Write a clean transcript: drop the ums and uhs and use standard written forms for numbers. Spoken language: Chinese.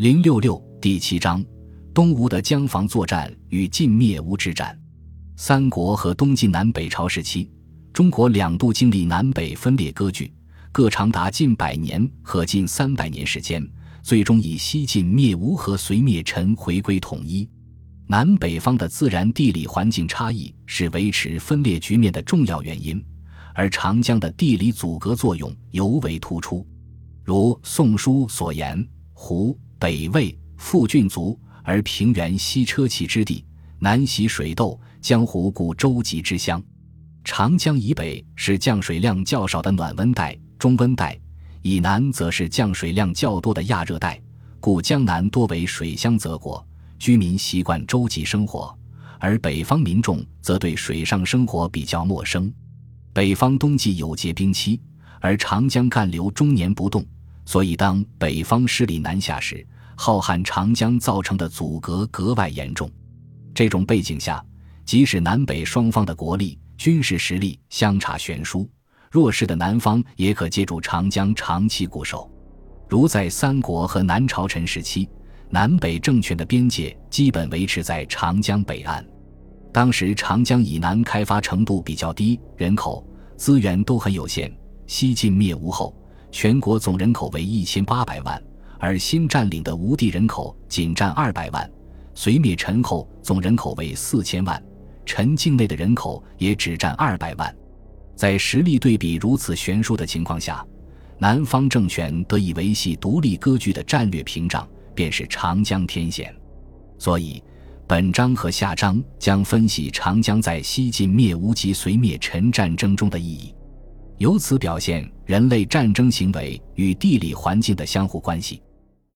066第7章东吴的江防作战与晋灭吴之战。三国和东晋南北朝时期，中国两度经历南北分裂割据，各长达近100年和近300年时间，最终以西晋灭吴和隋灭陈回归统一。南北方的自然地理环境差异是维持分裂局面的重要原因，而长江的地理阻隔作用尤为突出。如《宋书》所言，湖北魏，复郡族，而平原西车骑之地，南袭水斗，江湖故舟楫之乡。长江以北是降水量较少的暖温带、中温带，以南则是降水量较多的亚热带，故江南多为水乡泽国，居民习惯舟楫生活，而北方民众则对水上生活比较陌生。北方冬季有结冰期，而长江干流终年不动，所以当北方势力南下时，浩瀚长江造成的阻隔格外严重。这种背景下，即使南北双方的国力、军事实力相差悬殊，弱势的南方也可借助长江长期固守。如在三国和南朝陈时期，南北政权的边界基本维持在长江北岸。当时长江以南开发程度比较低，人口、资源都很有限。西晋灭吴后，全国总人口为1800万，而新占领的吴地人口仅占200万。隋灭陈后，总人口为4000万，陈境内的人口也只占200万。在实力对比如此悬殊的情况下，南方政权得以维系独立割据的战略屏障便是长江天险。所以本章和下章将分析长江在西晋灭吴及隋灭陈战争中的意义，由此表现人类战争行为与地理环境的相互关系。